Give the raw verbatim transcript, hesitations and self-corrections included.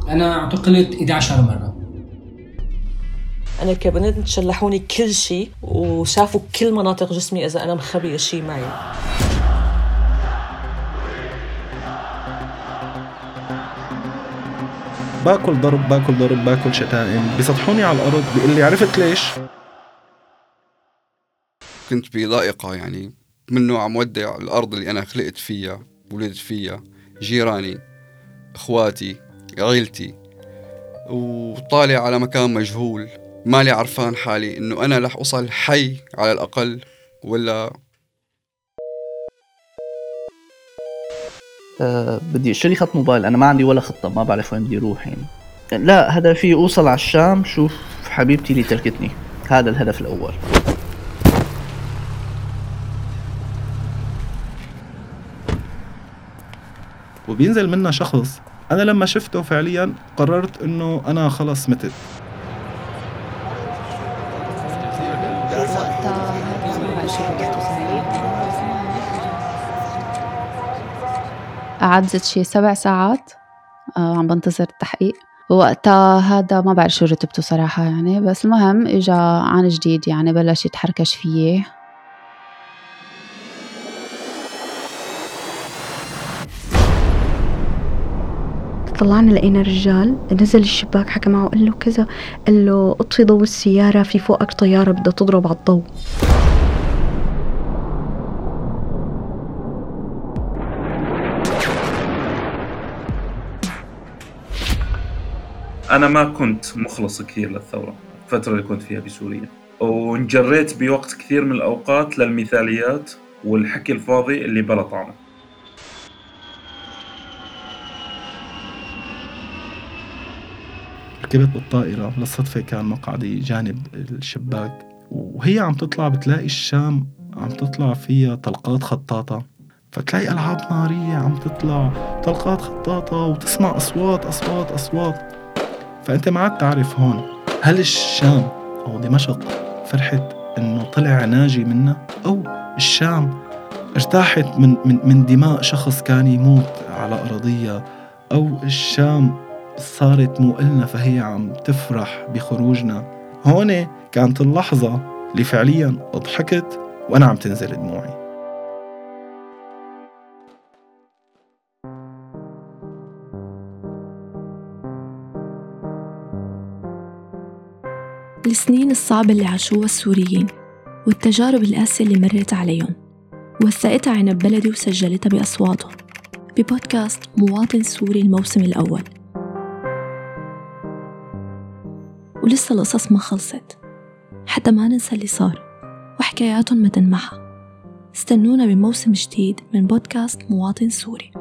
أنا اعتقلت إحدى عشرة مرة. أنا كبنت شلحوني كل شيء وشافوا كل مناطق جسمي إذا أنا مخبية شيء معي. باكل ضرب باكل ضرب باكل شتائم، بيسطحوني على الأرض بيقول لي عرفت ليش؟ كنت بضائقة يعني منه عم ودع الأرض اللي أنا خلقت فيها ولدت فيها، جيراني، إخواتي، عيلتي، وطالع على مكان مجهول، مالي عرفان حالي إنه أنا رح أوصل حي على الأقل ولا. أه بدي اشتري خط موبايل، أنا ما عندي ولا خطة، ما بعرف وين بدي أروح يعني. لا هدفي أوصل على الشام، شوف حبيبتي اللي تركتني، هذا الهدف الأول. وبينزل منا شخص، أنا لما شفته فعليا قررت إنه أنا خلص متت. قعدت شي سبع ساعات آه عم بنتظر التحقيق، ووقتها هذا ما بعرف شو رتبته صراحة يعني، بس المهم إجا عن جديد يعني بلش يتحركش فيه. طلعنا لقينا رجال نزل الشباك حكى معه قال له كذا، قال له اطفي ضوء السيارة، في فوقك طيارة بدها تضرب على الضوء. أنا ما كنت مخلص كثير للثورة الفترة اللي كنت فيها بسوريا، وانجريت بوقت كثير من الأوقات للمثاليات والحكي الفاضي اللي بلا طعمه. ركبت بالطائرة، للصدفة كان مقعدي جانب الشباك، وهي عم تطلع بتلاقي الشام عم تطلع فيها طلقات خطاطة، فتلاقي ألعاب نارية عم تطلع طلقات خطاطة وتسمع أصوات أصوات أصوات. فأنت ما عاد تعرف هون هل الشام أو دمشق فرحت إنه طلع ناجي منها، أو الشام ارتاحت من, من, من دماء شخص كان يموت على أراضية، أو الشام صارت مو إلنا فهي عم تفرح بخروجنا. هون كانت اللحظة اللي فعليا ضحكت وأنا عم تنزل دموعي. السنين الصعبة اللي عاشوها السوريين والتجارب القاسية اللي مرت عليهم وثقتها عنب بلدي وسجلتها بأصواتهم ببودكاست مواطن سوري الموسم الأول. ولسه القصص ما خلصت حتى ما ننسى اللي صار وحكاياتهم ما تنمحى. استنونا بموسم جديد من بودكاست مواطن سوري.